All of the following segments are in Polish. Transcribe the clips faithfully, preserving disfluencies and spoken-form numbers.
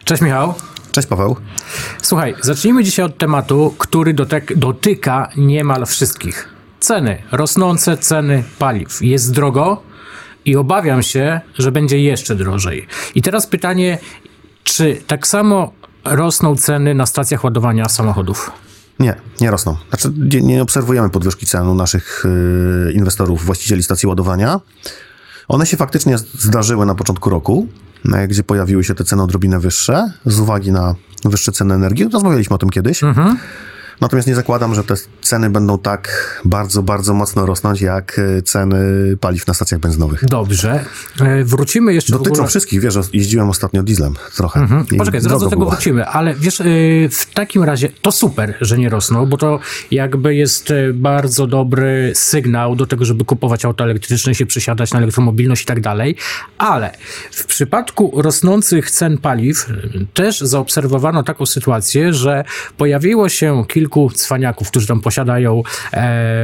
Cześć Michał. Cześć Paweł. Słuchaj, zacznijmy dzisiaj od tematu, który dotek- dotyka niemal wszystkich. Ceny, rosnące ceny paliw. Jest drogo i obawiam się, że będzie jeszcze drożej. I teraz pytanie, czy tak samo rosną ceny na stacjach ładowania samochodów? Nie, nie rosną. Znaczy nie, nie obserwujemy podwyżki cen u naszych yy, inwestorów, właścicieli stacji ładowania. One się faktycznie zdarzyły na początku roku, gdzie pojawiły się te ceny odrobinę wyższe z uwagi na wyższe ceny energii. Rozmawialiśmy o tym kiedyś. Mhm. Natomiast nie zakładam, że te ceny będą tak bardzo, bardzo mocno rosnąć, jak ceny paliw na stacjach benzynowych. Dobrze. Wrócimy jeszcze Dotyczą w ogóle... wszystkich. Wiesz, jeździłem ostatnio dieslem trochę. Mhm. Poczekaj, zaraz do tego było. wrócimy, ale wiesz, w takim razie to super, że nie rosną, bo to jakby jest bardzo dobry sygnał do tego, żeby kupować auto elektryczne, się przesiadać na elektromobilność i tak dalej, ale w przypadku rosnących cen paliw też zaobserwowano taką sytuację, że pojawiło się kilku kilku cwaniaków, którzy tam posiadają e,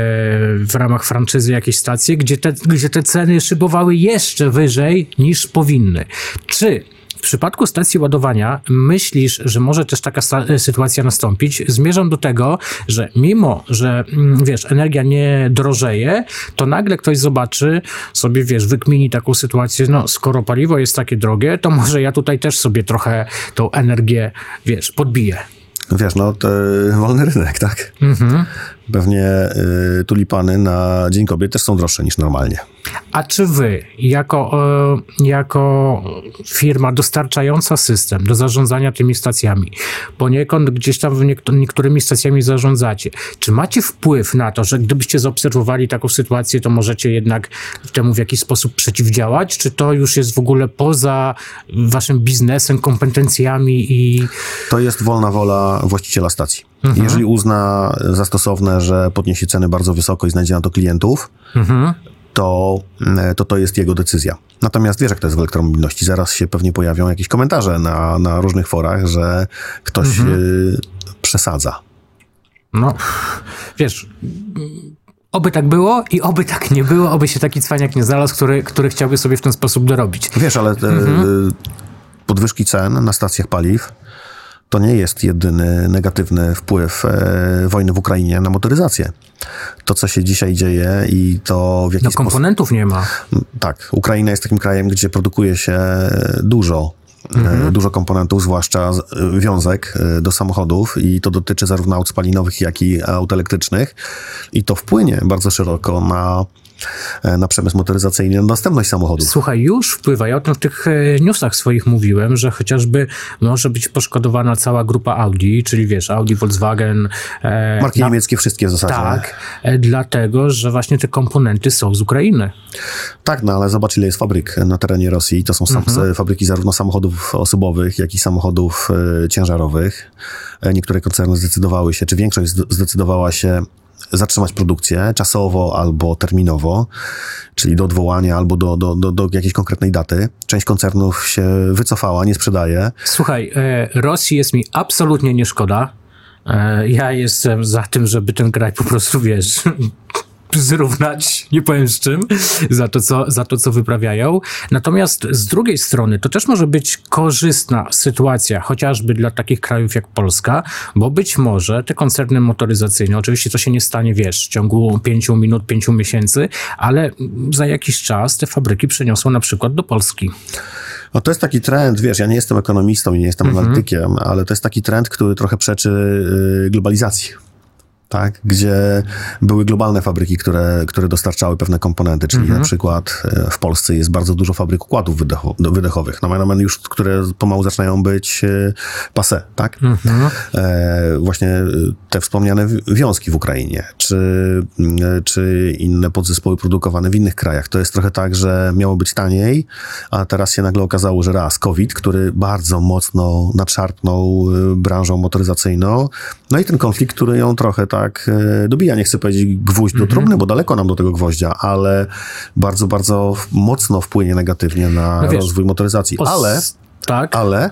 w ramach franczyzy jakieś stacje, gdzie te, gdzie te ceny szybowały jeszcze wyżej niż powinny. Czy w przypadku stacji ładowania myślisz, że może też taka sta- sytuacja nastąpić? Zmierzam do tego, że mimo, że wiesz, energia nie drożeje, to nagle ktoś zobaczy sobie, wiesz, wykmini taką sytuację, no skoro paliwo jest takie drogie, to może ja tutaj też sobie trochę tą energię, wiesz, podbiję. Wiesz, no to wolny rynek, tak? Mhm. Pewnie y, tulipany na Dzień Kobiet też są droższe niż normalnie. A czy wy, jako, y, jako firma dostarczająca system do zarządzania tymi stacjami, poniekąd gdzieś tam niektó- niektórymi stacjami zarządzacie, czy macie wpływ na to, że gdybyście zaobserwowali taką sytuację, to możecie jednak temu w jakiś sposób przeciwdziałać? Czy to już jest w ogóle poza waszym biznesem, kompetencjami i... To jest wolna wola właściciela stacji. Mhm. Jeżeli uzna za stosowne, że podniesie ceny bardzo wysoko i znajdzie na to klientów, mhm. to, to to jest jego decyzja. Natomiast wiesz, jak to jest w elektromobilności. Zaraz się pewnie pojawią jakieś komentarze na, na różnych forach, że ktoś mhm. y, przesadza. No, wiesz... Oby tak było i oby tak nie było, oby się taki cwaniak nie znalazł, który, który chciałby sobie w ten sposób dorobić. Wiesz, ale te, mhm. podwyżki cen na stacjach paliw to nie jest jedyny negatywny wpływ e, wojny w Ukrainie na motoryzację. To, co się dzisiaj dzieje i to w jaki no, sposób... komponentów nie ma. Tak. Ukraina jest takim krajem, gdzie produkuje się dużo Mhm. dużo komponentów, zwłaszcza wiązek do samochodów i to dotyczy zarówno aut spalinowych, jak i aut elektrycznych i to wpłynie bardzo szeroko na, na przemysł motoryzacyjny, na dostępność samochodów. Słuchaj, już wpływa. Ja o tym w tych newsach swoich mówiłem, że chociażby może być poszkodowana cała grupa Audi, czyli wiesz, Audi, Volkswagen. E, Marki na... niemieckie wszystkie w zasadzie. Tak, e, dlatego, że właśnie te komponenty są z Ukrainy. Tak, no ale zobacz, ile jest fabryk na terenie Rosji. To są sam, mhm. fabryki zarówno samochodów osobowych, jak i samochodów e, ciężarowych. E, niektóre koncerny zdecydowały się, czy większość zdecydowała się zatrzymać produkcję czasowo albo terminowo, czyli do odwołania albo do, do, do, do jakiejś konkretnej daty. Część koncernów się wycofała, nie sprzedaje. Słuchaj, e, Rosji jest mi absolutnie nie szkoda. E, ja jestem za tym, żeby ten kraj po prostu, wiesz... zrównać, nie powiem z czym, za to, co, za to, co wyprawiają. Natomiast z drugiej strony to też może być korzystna sytuacja, chociażby dla takich krajów jak Polska, bo być może te koncerny motoryzacyjne, oczywiście to się nie stanie, wiesz, w ciągu pięciu minut, pięciu miesięcy, ale za jakiś czas te fabryki przeniosą na przykład do Polski. No to jest taki trend, wiesz, ja nie jestem ekonomistą i nie jestem mm-hmm. analitykiem, ale to jest taki trend, który trochę przeczy yy, globalizacji. Tak, gdzie były globalne fabryki, które, które dostarczały pewne komponenty, czyli mhm. na przykład w Polsce jest bardzo dużo fabryk układów wydecho, wydechowych, no już, które pomału zaczynają być passé, tak? Mhm. E, właśnie te wspomniane wiązki w Ukrainie, czy, czy inne podzespoły produkowane w innych krajach. To jest trochę tak, że miało być taniej, a teraz się nagle okazało, że raz COVID, który bardzo mocno nadszarpnął branżą motoryzacyjną, no i ten konflikt, który ją trochę tak dobija, nie chcę powiedzieć gwóźdź do trumny, mm-hmm. bo daleko nam do tego gwoździa, ale bardzo, bardzo mocno wpłynie negatywnie na no wiesz, rozwój motoryzacji. Os- ale, tak. ale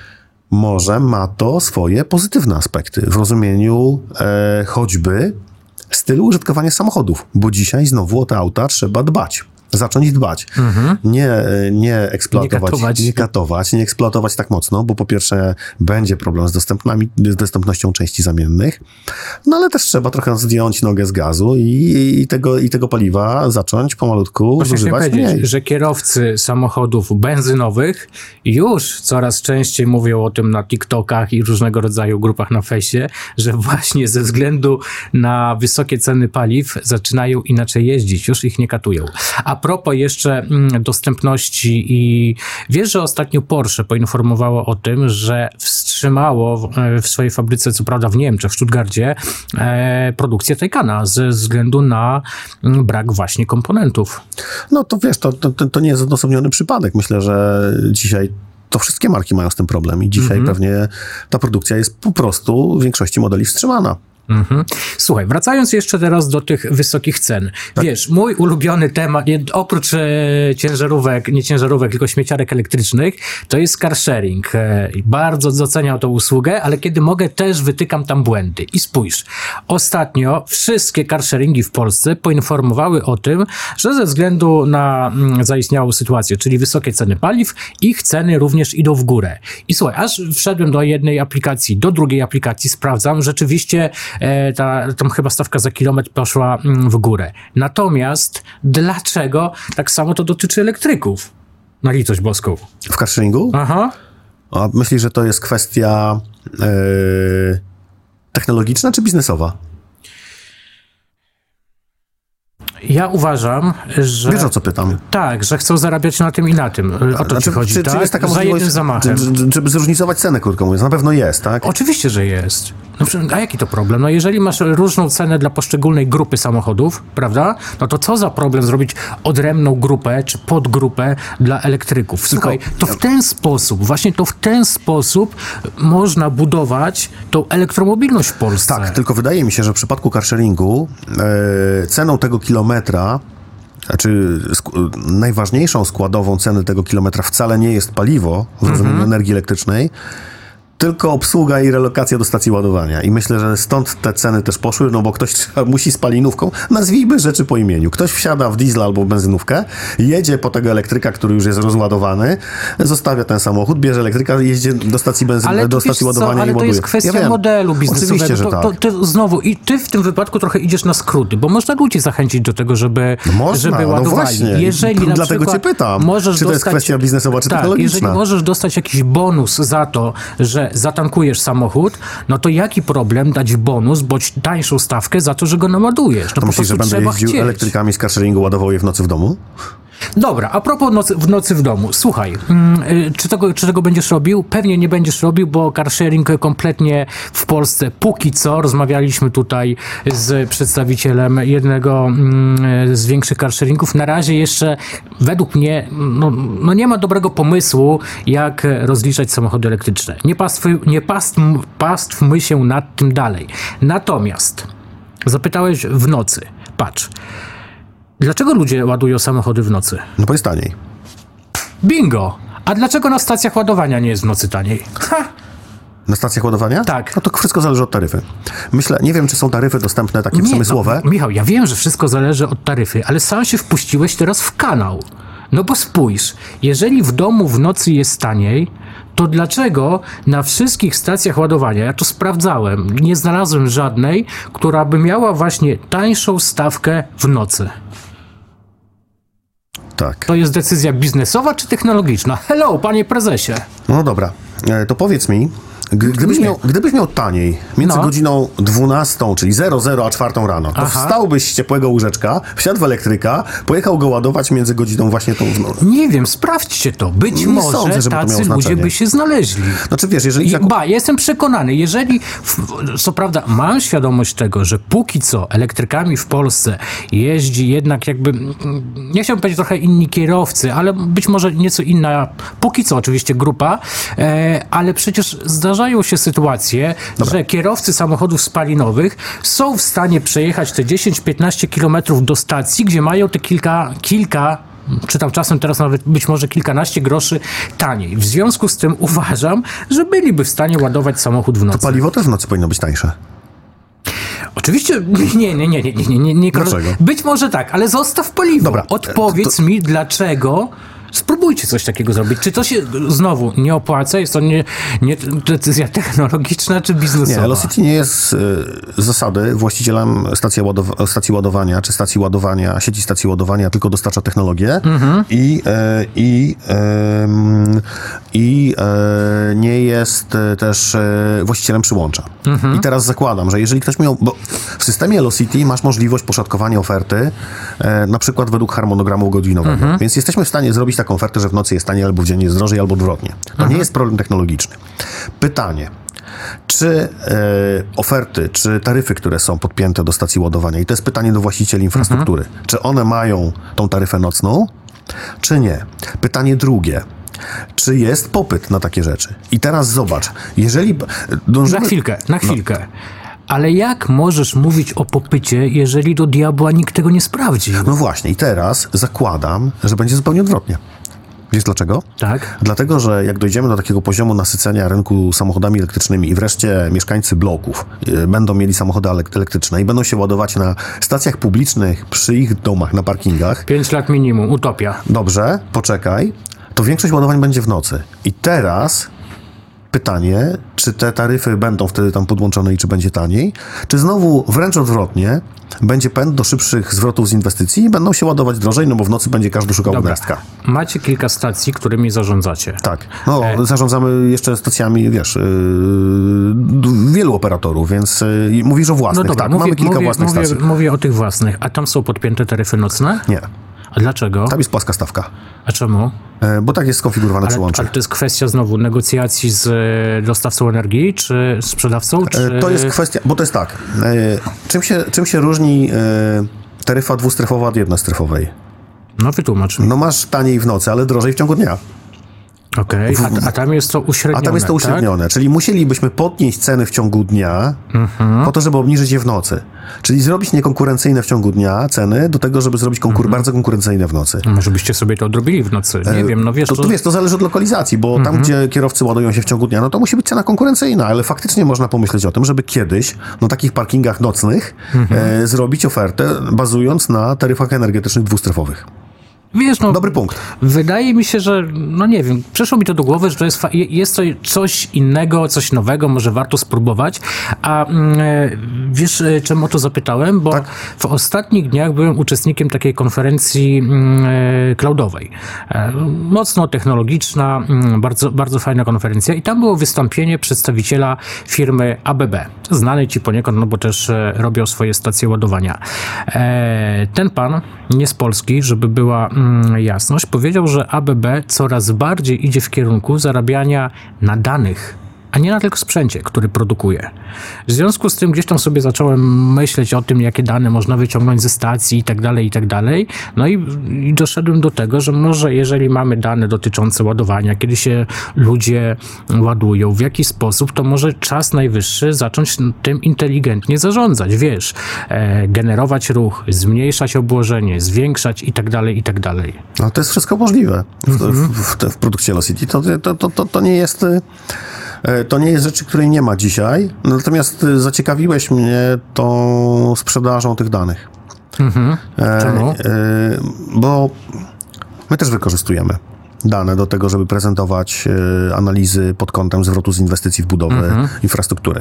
może ma to swoje pozytywne aspekty w rozumieniu e, choćby stylu użytkowania samochodów, bo dzisiaj znowu o te auta trzeba dbać. zacząć dbać. Mhm. Nie, nie eksploatować, nie katować. nie katować, nie eksploatować tak mocno, bo po pierwsze będzie problem z, dostępnami, z dostępnością części zamiennych, no ale też trzeba trochę zdjąć nogę z gazu i, i, tego, i tego paliwa zacząć pomalutku zużywać mniej. Że kierowcy samochodów benzynowych już coraz częściej mówią o tym na TikTokach i różnego rodzaju grupach na fejsie, że właśnie ze względu na wysokie ceny paliw zaczynają inaczej jeździć, już ich nie katują. A propos jeszcze mm, dostępności i wiesz, że ostatnio Porsche poinformowało o tym, że wstrzymało w, w swojej fabryce, co prawda w Niemczech, w Stuttgarcie, e, produkcję Taycana ze względu na mm, brak właśnie komponentów. No to wiesz, to, to, to nie jest odosobniony przypadek. Myślę, że dzisiaj to wszystkie marki mają z tym problem i dzisiaj mm-hmm. pewnie ta produkcja jest po prostu w większości modeli wstrzymana. Mhm. Słuchaj, wracając jeszcze teraz do tych wysokich cen. Tak. Wiesz, mój ulubiony temat, nie, oprócz e, ciężarówek, nie ciężarówek, tylko śmieciarek elektrycznych, to jest car sharing. E, bardzo doceniam tą usługę, ale kiedy mogę, też wytykam tam błędy. I spójrz, ostatnio wszystkie car sharingi w Polsce poinformowały o tym, że ze względu na mm, zaistniałą sytuację, czyli wysokie ceny paliw, ich ceny również idą w górę. I słuchaj, aż wszedłem do jednej aplikacji, do drugiej aplikacji, sprawdzam, rzeczywiście Ta, tam chyba stawka za kilometr poszła w górę. Natomiast dlaczego tak samo to dotyczy elektryków? Na litość boską. W carsharingu? Aha. A myślisz, że to jest kwestia yy, technologiczna czy biznesowa? Ja uważam, że... Wiesz, o co pytam? Tak, że chcą zarabiać na tym i na tym. O to znaczy, ci chodzi, czy, tak? Czy jest taka za jednym zamachem. Żeby zróżnicować cenę, krótko mówiąc. Na pewno jest, tak? Oczywiście, że jest. No, a jaki to problem? No jeżeli masz różną cenę dla poszczególnej grupy samochodów, prawda? No to co za problem zrobić odrębną grupę czy podgrupę dla elektryków? Słuchaj, to w ten sposób, właśnie to w ten sposób można budować tą elektromobilność w Polsce. Tak, tylko wydaje mi się, że w przypadku carsharingu e, ceną tego kilometra, znaczy sk- najważniejszą składową ceny tego kilometra wcale nie jest paliwo w rozumieniu mm-hmm. energii elektrycznej, tylko obsługa i relokacja do stacji ładowania. I myślę, że stąd te ceny też poszły, no bo ktoś musi spalinówką, nazwijmy rzeczy po imieniu. Ktoś wsiada w diesla albo w benzynówkę, jedzie po tego elektryka, który już jest rozładowany, zostawia ten samochód, bierze elektryka, jeździ do stacji benzynowej, do stacji ładowania co, ale i ładuje. Ale to jest kwestia ja modelu biznesowego. Oczywiście, że to, tak. to, to znowu, i ty w tym wypadku trochę idziesz na skróty, bo można ludzi zachęcić do tego, żeby, no można, żeby ładowali. No właśnie. Jeżeli na Dlatego przykład cię pytam, możesz czy to dostać, jest kwestia biznesowa, czy tak, technologiczna. Jeżeli możesz dostać jakiś bonus za to, że zatankujesz samochód, no to jaki problem dać bonus, bądź tańszą stawkę za to, że go naładujesz? No to myślisz, że będę jeździł chcieć. elektrykami z carsharingu, ładował je w nocy w domu? Dobra, a propos nocy, w nocy w domu. Słuchaj, yy, czy, tego, czy tego będziesz robił? Pewnie nie będziesz robił, bo carsharing kompletnie w Polsce póki co, rozmawialiśmy tutaj z przedstawicielem jednego yy, z większych carsharingów, na razie jeszcze według mnie no, no nie ma dobrego pomysłu, jak rozliczać samochody elektryczne. Nie, pastwy, nie pastw, pastwmy się nad tym dalej. Natomiast zapytałeś w nocy. Patrz. Dlaczego ludzie ładują samochody w nocy? No bo jest taniej. Bingo! A dlaczego na stacjach ładowania nie jest w nocy taniej? Ha! Na stacjach ładowania? Tak. No to wszystko zależy od taryfy. Myślę, nie wiem, czy są taryfy dostępne takie nie, przemysłowe. No, Michał, ja wiem, że wszystko zależy od taryfy, ale sam się wpuściłeś teraz w kanał. No bo spójrz, jeżeli w domu w nocy jest taniej, to dlaczego na wszystkich stacjach ładowania, ja to sprawdzałem, nie znalazłem żadnej, która by miała właśnie tańszą stawkę w nocy? Tak. To jest decyzja biznesowa czy technologiczna? Hello, panie prezesie. No dobra, to powiedz mi, gdybyś miał, gdybyś miał taniej, między no. godziną dwunastą, czyli zero zero, a czwartą rano, to Aha. wstałbyś z ciepłego łóżeczka, wsiadł w elektryka, pojechał go ładować między godziną właśnie tą... Nie wiem, sprawdźcie to. Być nie może sądzę, tacy ludzie by się znaleźli. Znaczy wiesz, jeżeli... I, zakup... Ba, jestem przekonany, jeżeli, co prawda mam świadomość tego, że póki co elektrykami w Polsce jeździ jednak jakby, nie chciałbym powiedzieć trochę inni kierowcy, ale być może nieco inna, póki co oczywiście grupa, e, ale przecież zdarza Zdarzają się sytuacje, Dobra. że kierowcy samochodów spalinowych są w stanie przejechać te dziesięć piętnaście kilometrów do stacji, gdzie mają te kilka, kilka, czy tam czasem teraz nawet być może kilkanaście groszy taniej. W związku z tym uważam, że byliby w stanie ładować samochód w nocy. To paliwo też w nocy powinno być tańsze. Oczywiście, nie, nie, nie, nie, nie, nie, nie. Dlaczego? Być może tak, ale zostaw paliwo. Dobra. Odpowiedz To- mi, dlaczego spróbujcie coś takiego zrobić. Czy to się znowu nie opłaca? Jest to nie, nie decyzja technologiczna czy biznesowa? Nie, Velocity nie jest z y, zasady właścicielem stacji, ładow- stacji ładowania, czy stacji ładowania, sieci stacji ładowania, tylko dostarcza technologię mhm. i, e, i, em, i e, nie jest e, też e, właścicielem przyłącza. Mhm. I teraz zakładam, że jeżeli ktoś miał... Bo w systemie Velocity masz możliwość poszatkowania oferty, e, na przykład według harmonogramu godzinowego. Mhm. Więc jesteśmy w stanie zrobić taką ofertę, że w nocy jest taniej, albo w dzień jest drożej, albo odwrotnie. To mhm. nie jest problem technologiczny. Pytanie. Czy e, oferty, czy taryfy, które są podpięte do stacji ładowania, i to jest pytanie do właścicieli infrastruktury, mhm. czy one mają tą taryfę nocną, czy nie? Pytanie drugie. Czy jest popyt na takie rzeczy? I teraz zobacz, jeżeli... Dążymy... Na chwilkę, na chwilkę. No. Ale jak możesz mówić o popycie, jeżeli do diabła nikt tego nie sprawdzi? No właśnie, i teraz zakładam, że będzie zupełnie odwrotnie. Wiesz dlaczego? Tak. Dlatego, że jak dojdziemy do takiego poziomu nasycenia rynku samochodami elektrycznymi i wreszcie mieszkańcy bloków y, będą mieli samochody elektryczne i będą się ładować na stacjach publicznych przy ich domach, na parkingach. Pięć lat minimum, utopia. Dobrze, poczekaj. To większość ładowań będzie w nocy. I teraz pytanie, czy te taryfy będą wtedy tam podłączone i czy będzie taniej, czy znowu wręcz odwrotnie będzie pęd do szybszych zwrotów z inwestycji i będą się ładować drożej, no bo w nocy będzie każdy szukał gniazdka. Macie kilka stacji, którymi zarządzacie. Tak. No, e... zarządzamy jeszcze stacjami, wiesz, yy, wielu operatorów, więc yy, mówisz o własnych. No dobra, tak, mówię, mamy kilka mówię, własnych mówię, stacji. Mówię o tych własnych. A tam są podpięte taryfy nocne? Nie. A dlaczego? Tam jest płaska stawka. A czemu? E, bo tak jest skonfigurowane ale, przyłącze. Ale to jest kwestia znowu negocjacji z dostawcą energii, czy sprzedawcą, czy... E, to jest kwestia, bo to jest tak. E, czym, się, czym się różni e, taryfa dwustrefowa od jednostrefowej? No wytłumacz mi. No masz taniej w nocy, ale drożej w ciągu dnia. Okej, okay. a, a tam jest to uśrednione, A tam jest to uśrednione, tak? Czyli musielibyśmy podnieść ceny w ciągu dnia mm-hmm. po to, żeby obniżyć je w nocy. Czyli zrobić niekonkurencyjne w ciągu dnia ceny do tego, żeby zrobić konkur- mm-hmm. bardzo konkurencyjne w nocy. Może byście sobie to odrobili w nocy, nie e, wiem, no wiesz... To, to, to wiesz, to zależy od lokalizacji, bo mm-hmm. tam, gdzie kierowcy ładują się w ciągu dnia, no to musi być cena konkurencyjna, ale faktycznie można pomyśleć o tym, żeby kiedyś na takich parkingach nocnych mm-hmm. e, zrobić ofertę bazując na taryfach energetycznych dwustrefowych. Wiesz, no, dobry punkt. Wydaje mi się, że, no nie wiem, przyszło mi to do głowy, że to jest, fa- jest to coś innego, coś nowego, może warto spróbować. A mm, wiesz, czemu o to zapytałem? Bo tak. w ostatnich dniach byłem uczestnikiem takiej konferencji mm, cloudowej. E, mocno technologiczna, mm, bardzo, bardzo fajna konferencja i tam było wystąpienie przedstawiciela firmy A B B. Znany ci poniekąd, no bo też e, robią swoje stacje ładowania. E, ten pan, nie z Polski, żeby była jasność, powiedział, że A B B coraz bardziej idzie w kierunku zarabiania na danych, a nie na tylko sprzęcie, który produkuje. W związku z tym gdzieś tam sobie zacząłem myśleć o tym, jakie dane można wyciągnąć ze stacji i tak dalej, i tak dalej. No i, i doszedłem do tego, że może jeżeli mamy dane dotyczące ładowania, kiedy się ludzie ładują, w jaki sposób, to może czas najwyższy zacząć tym inteligentnie zarządzać, wiesz, e, generować ruch, zmniejszać obłożenie, zwiększać i tak dalej, i tak dalej. No to jest wszystko możliwe w, mm-hmm. w, w, w produkcie Velocity. To, to, to, to, to nie jest... To nie jest rzeczy, której nie ma dzisiaj, natomiast zaciekawiłeś mnie tą sprzedażą tych danych. Mhm. Czemu? E, e, bo my też wykorzystujemy dane do tego, żeby prezentować e, analizy pod kątem zwrotu z inwestycji w budowę mhm. infrastruktury.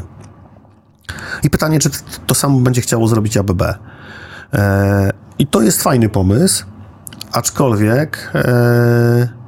I pytanie, czy to samo będzie chciało zrobić A B B. E, I to jest fajny pomysł, aczkolwiek... E,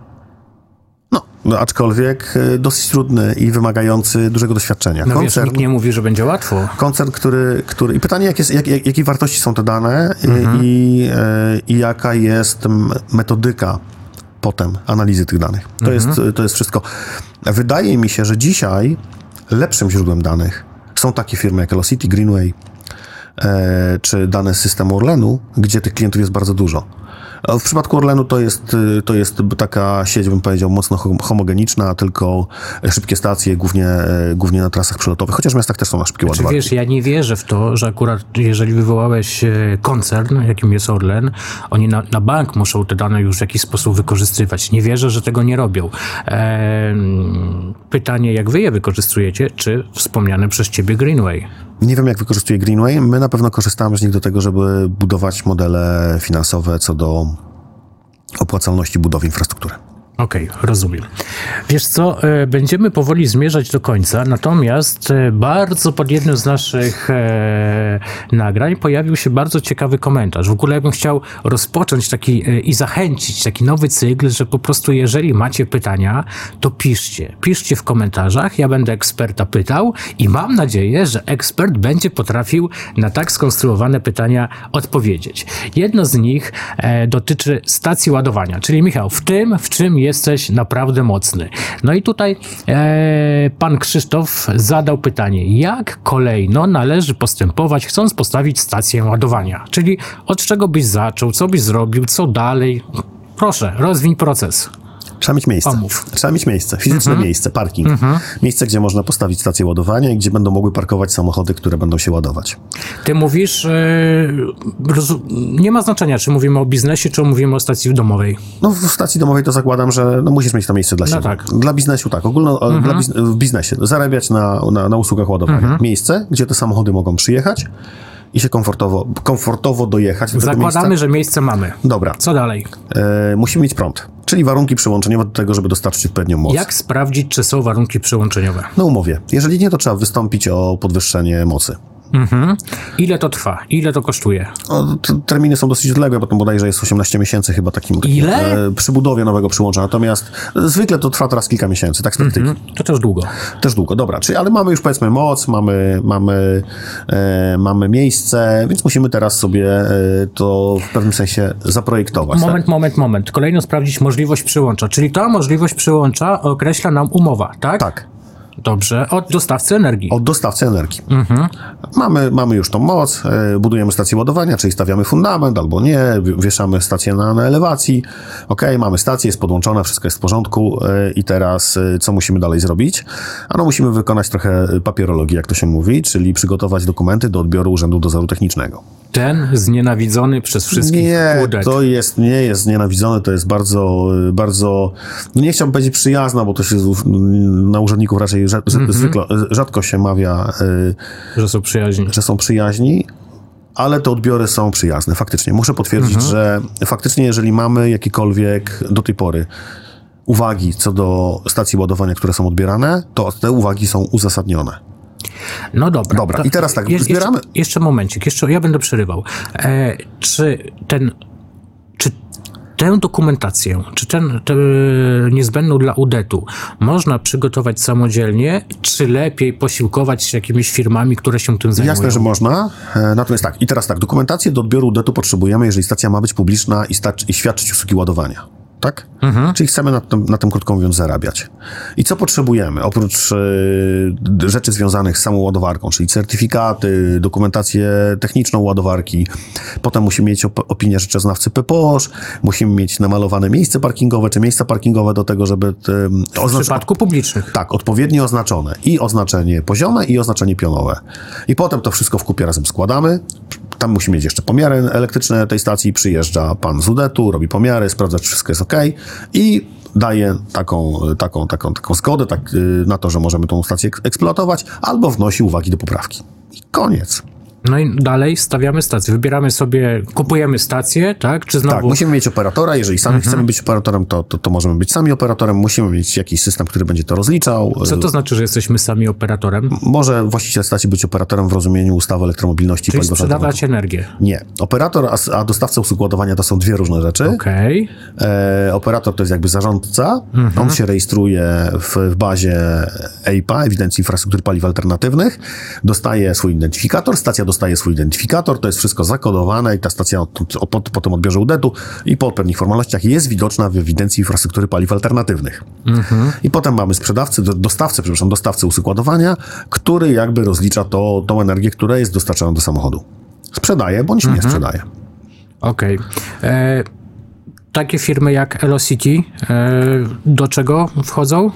No, aczkolwiek dosyć trudny i wymagający dużego doświadczenia. No koncern, wiesz, nikt nie mówi, że będzie łatwo. Koncern, który... który I pytanie, jak jest, jak, jak, jakiej wartości są te dane mhm. i, i jaka jest metodyka potem analizy tych danych. To, mhm. jest, to jest wszystko. Wydaje mi się, że dzisiaj lepszym źródłem danych są takie firmy jak Velocity, Greenway e, czy dane z systemu Orlenu, gdzie tych klientów jest bardzo dużo. W przypadku Orlenu to jest, to jest taka sieć, bym powiedział, mocno homogeniczna, tylko szybkie stacje, głównie, głównie na trasach przelotowych, chociaż w miastach też są na szybkie znaczy, ładowarki. Wiesz, ja nie wierzę w to, że akurat jeżeli wywołałeś koncern, jakim jest Orlen, oni na, na bank muszą te dane już w jakiś sposób wykorzystywać. Nie wierzę, że tego nie robią. Eee, pytanie, jak wy je wykorzystujecie, czy wspomniane przez ciebie Greenway? Nie wiem, jak wykorzystuje Greenway. My na pewno korzystamy z nich do tego, żeby budować modele finansowe co do opłacalności budowy infrastruktury. Okej, okay, rozumiem. Wiesz co, będziemy powoli zmierzać do końca, natomiast bardzo pod jednym z naszych e, nagrań pojawił się bardzo ciekawy komentarz. W ogóle ja bym chciał rozpocząć taki e, i zachęcić taki nowy cykl, że po prostu jeżeli macie pytania, to piszcie. Piszcie w komentarzach, ja będę eksperta pytał i mam nadzieję, że ekspert będzie potrafił na tak skonstruowane pytania odpowiedzieć. Jedno z nich e, dotyczy stacji ładowania, czyli Michał, w tym, w czym jest jesteś naprawdę mocny. No i tutaj e, pan Krzysztof zadał pytanie, jak kolejno należy postępować, chcąc postawić stację ładowania? Czyli od czego byś zaczął, co byś zrobił, co dalej? Proszę, rozwiń proces. Trzeba mieć miejsce. Pomów. Trzeba mieć miejsce, fizyczne mm-hmm. miejsce, parking. Mm-hmm. Miejsce, gdzie można postawić stację ładowania i gdzie będą mogły parkować samochody, które będą się ładować. Ty mówisz, yy, roz, nie ma znaczenia, czy mówimy o biznesie, czy mówimy o stacji domowej. No w stacji domowej to zakładam, że no, musisz mieć to miejsce dla siebie. No tak. Dla biznesu tak, ogólno mm-hmm. dla biz, w biznesie. Zarabiać na, na, na usługach ładowania. Mm-hmm. Miejsce, gdzie te samochody mogą przyjechać i się komfortowo, komfortowo dojechać do Zakładamy, tego miejsca. że miejsce mamy. Dobra. Co dalej? E, musimy mieć prąd, czyli warunki przyłączeniowe do tego, żeby dostarczyć odpowiednią moc. Jak sprawdzić, czy są warunki przyłączeniowe? Na umowie. Jeżeli nie, to trzeba wystąpić o podwyższenie mocy. Mhm. Ile to trwa? Ile to kosztuje? O, terminy są dosyć odległe, bo to bodajże jest osiemnaście miesięcy chyba takim, takim Ile? E, przy budowie nowego przyłącza. Natomiast zwykle to trwa teraz kilka miesięcy, tak z praktyki. Mhm. To też długo. Też długo, dobra. Czyli, ale mamy już powiedzmy moc, mamy, mamy, e, mamy miejsce, więc musimy teraz sobie e, to w pewnym sensie zaprojektować. Moment, tak? moment, moment. Kolejno sprawdzić możliwość przyłącza. Czyli ta możliwość przyłącza określa nam umowa, tak? Tak. Dobrze. Od dostawcy energii. Od dostawcy energii. Mhm. Mamy, mamy już tą moc, e, budujemy stację ładowania, czyli stawiamy fundament albo nie, wieszamy stację na, na elewacji. Ok, mamy stację, jest podłączona, wszystko jest w porządku e, i teraz e, co musimy dalej zrobić? Ano musimy wykonać trochę papierologii, jak to się mówi, czyli przygotować dokumenty do odbioru Urzędu Dozoru Technicznego. Ten znienawidzony przez wszystkich Nie, kłódek. to jest, nie jest znienawidzony, to jest bardzo, bardzo, no nie chciałbym powiedzieć przyjazna, bo to się na urzędników raczej rzad, mm-hmm. zwykle, rzadko się mawia, że są przyjaźni. że są przyjaźni, ale te odbiory są przyjazne, faktycznie. Muszę potwierdzić, mm-hmm. że faktycznie jeżeli mamy jakiekolwiek do tej pory uwagi co do stacji ładowania, które są odbierane, to te uwagi są uzasadnione. No dobra. Dobra, i teraz tak, je, zbieramy... Jeszcze, jeszcze momencik, jeszcze ja będę przerywał. E, czy ten, czy tę dokumentację, czy ten, tę niezbędną dla U D E T-u można przygotować samodzielnie, czy lepiej posiłkować się jakimiś firmami, które się tym zajmują? Jasne, że można. E, natomiast tak, i teraz tak, dokumentację do odbioru U D E T-u potrzebujemy, jeżeli stacja ma być publiczna i, sta- i świadczyć usługi ładowania. Tak? Mhm. Czyli chcemy na tym, na tym, krótko mówiąc, zarabiać. I co potrzebujemy? Oprócz y, rzeczy związanych z samą ładowarką, czyli certyfikaty, dokumentację techniczną ładowarki, potem musimy mieć op- opinię rzeczoznawcy P P O Sz, musimy mieć namalowane miejsce parkingowe, czy miejsca parkingowe do tego, żeby... Y, oznacz- w przypadku publicznych. Tak, odpowiednio oznaczone. I oznaczenie poziome, i oznaczenie pionowe. I potem to wszystko w kupie razem składamy. Tam musimy mieć jeszcze pomiary elektryczne tej stacji. Przyjeżdża pan z U D E T-u, robi pomiary, sprawdza, czy wszystko jest ok i daje taką, taką, taką, taką zgodę tak, na to, że możemy tą stację eksploatować, albo wnosi uwagi do poprawki. I koniec. No i dalej stawiamy stację. Wybieramy sobie, kupujemy stację, tak? Czy znowu... Tak, musimy mieć operatora. Jeżeli sami mhm. chcemy być operatorem, to, to, to możemy być sami operatorem. Musimy mieć jakiś system, który będzie to rozliczał. Co to znaczy, że jesteśmy sami operatorem? Może właściciel stacji być operatorem w rozumieniu ustawy o elektromobilności. Czyli sprzedawać energię. Nie. Operator, a, a dostawca usług ładowania to są dwie różne rzeczy. Okej. Okay. E, operator to jest jakby zarządca. Mhm. On się rejestruje w, w bazie E I P A, Ewidencji Infrastruktury Paliw Alternatywnych. Dostaje swój identyfikator. Stacja dostaje swój identyfikator. To jest wszystko zakodowane i ta stacja po, po, po tym odbiorze U D E T-u i po pewnych formalnościach jest widoczna w Ewidencji Infrastruktury Paliw Alternatywnych. Mhm. I potem mamy sprzedawcę, dostawcę, przepraszam, dostawcę usług ładowania, który jakby rozlicza to, tą energię, która jest dostarczana do samochodu. Sprzedaje bądź mhm. nie sprzedaje. Okej. Okay. Takie firmy jak Elocity e, do czego wchodzą?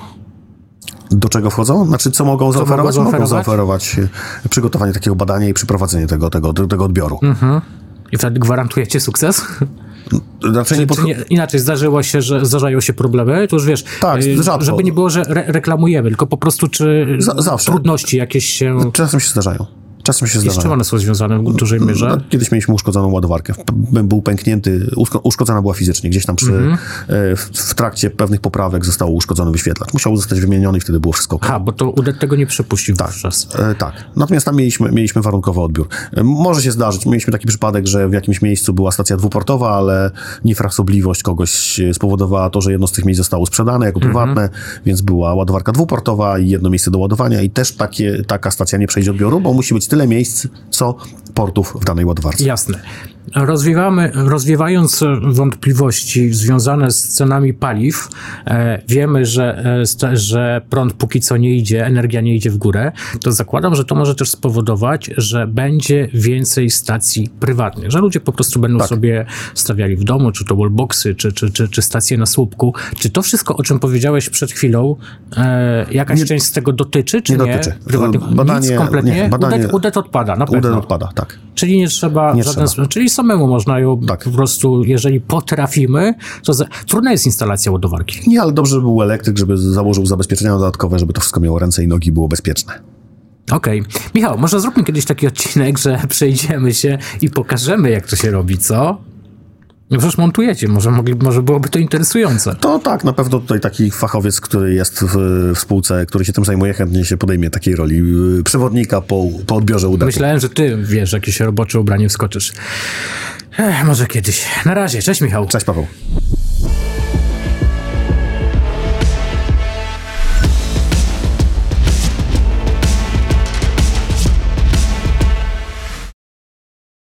Do czego wchodzą? Znaczy, co mogą co zaoferować? Mogą zaoferować? Mogą zaoferować przygotowanie takiego badania i przeprowadzenie tego, tego, tego odbioru. Mhm. I wtedy gwarantujecie sukces? Znaczy, czy, nie pod... czy nie, inaczej, zdarzyło się, że zdarzają się problemy? To już wiesz, tak, rzadko. Żeby nie było, że re- reklamujemy, tylko po prostu czy Z- zawsze. trudności jakieś się... Czasem się zdarzają. Czasem się I zdarza. z czym one są związane w dużej mierze? No, kiedyś mieliśmy uszkodzoną ładowarkę. Był pęknięty, uszko- uszkodzona była fizycznie. Gdzieś tam przy, mm-hmm. w, w trakcie pewnych poprawek został uszkodzony wyświetlacz. Musiał zostać wymieniony i wtedy było wszystko ok. Aha, bo to U D E T tego nie przepuścił tak, wówczas. E, tak. Natomiast tam mieliśmy, mieliśmy warunkowy odbiór. E, może się zdarzyć. Mieliśmy taki przypadek, że w jakimś miejscu była stacja dwuportowa, ale niefrasobliwość kogoś spowodowała to, że jedno z tych miejsc zostało sprzedane jako prywatne, mm-hmm. więc była ładowarka dwuportowa i jedno miejsce do ładowania i też takie, taka stacja nie przejdzie odbioru, bo musi być tyle miejsc, co portów w danej ładowarce. Jasne. Rozwiewamy, rozwiewając wątpliwości związane z cenami paliw, e, wiemy, że, e, że prąd póki co nie idzie, energia nie idzie w górę, to zakładam, że to może też spowodować, że będzie więcej stacji prywatnych, że ludzie po prostu będą tak. sobie stawiali w domu, czy to wallboxy, czy, czy, czy, czy stacje na słupku. Czy to wszystko, o czym powiedziałeś przed chwilą, e, jakaś nie, część z tego dotyczy, czy nie? Nie dotyczy. Prywatnych? Badanie, Nic kompletnie? Nie, badanie, U D E T odpada, na pewno. U D E T odpada, tak. Czyli nie trzeba, nie żaden, trzeba. czyli samemu można ją tak. po prostu, jeżeli potrafimy, to za, trudna jest instalacja ładowarki. Nie, ale dobrze, żeby był elektryk, żeby założył zabezpieczenia dodatkowe, żeby to wszystko miało ręce i nogi i było bezpieczne. Okej. Okay. Michał, może zróbmy kiedyś taki odcinek, że przejdziemy się i pokażemy, jak to się robi, co? No przecież montujecie, może, mogli, może byłoby to interesujące. To tak, na pewno tutaj taki fachowiec, który jest w, w spółce, który się tym zajmuje, chętnie się podejmie takiej roli przewodnika po, po odbiorze U D E T-u. Myślałem, że ty, wiesz, jakieś robocze ubranie wskoczysz. Ech, może kiedyś. Na razie, cześć Michał. Cześć Paweł.